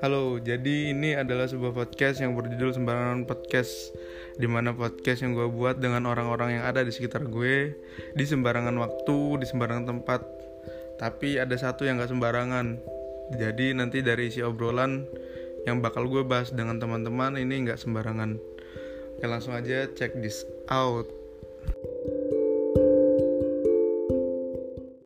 Halo, jadi ini adalah sebuah podcast yang berjudul Sembarangan Podcast, di mana podcast yang gue buat dengan orang-orang yang ada di sekitar gue, di sembarangan waktu, di sembarangan tempat. Tapi ada satu yang gak sembarangan. Jadi nanti dari isi obrolan yang bakal gue bahas dengan teman-teman ini gak sembarangan. Oke, langsung aja check this out.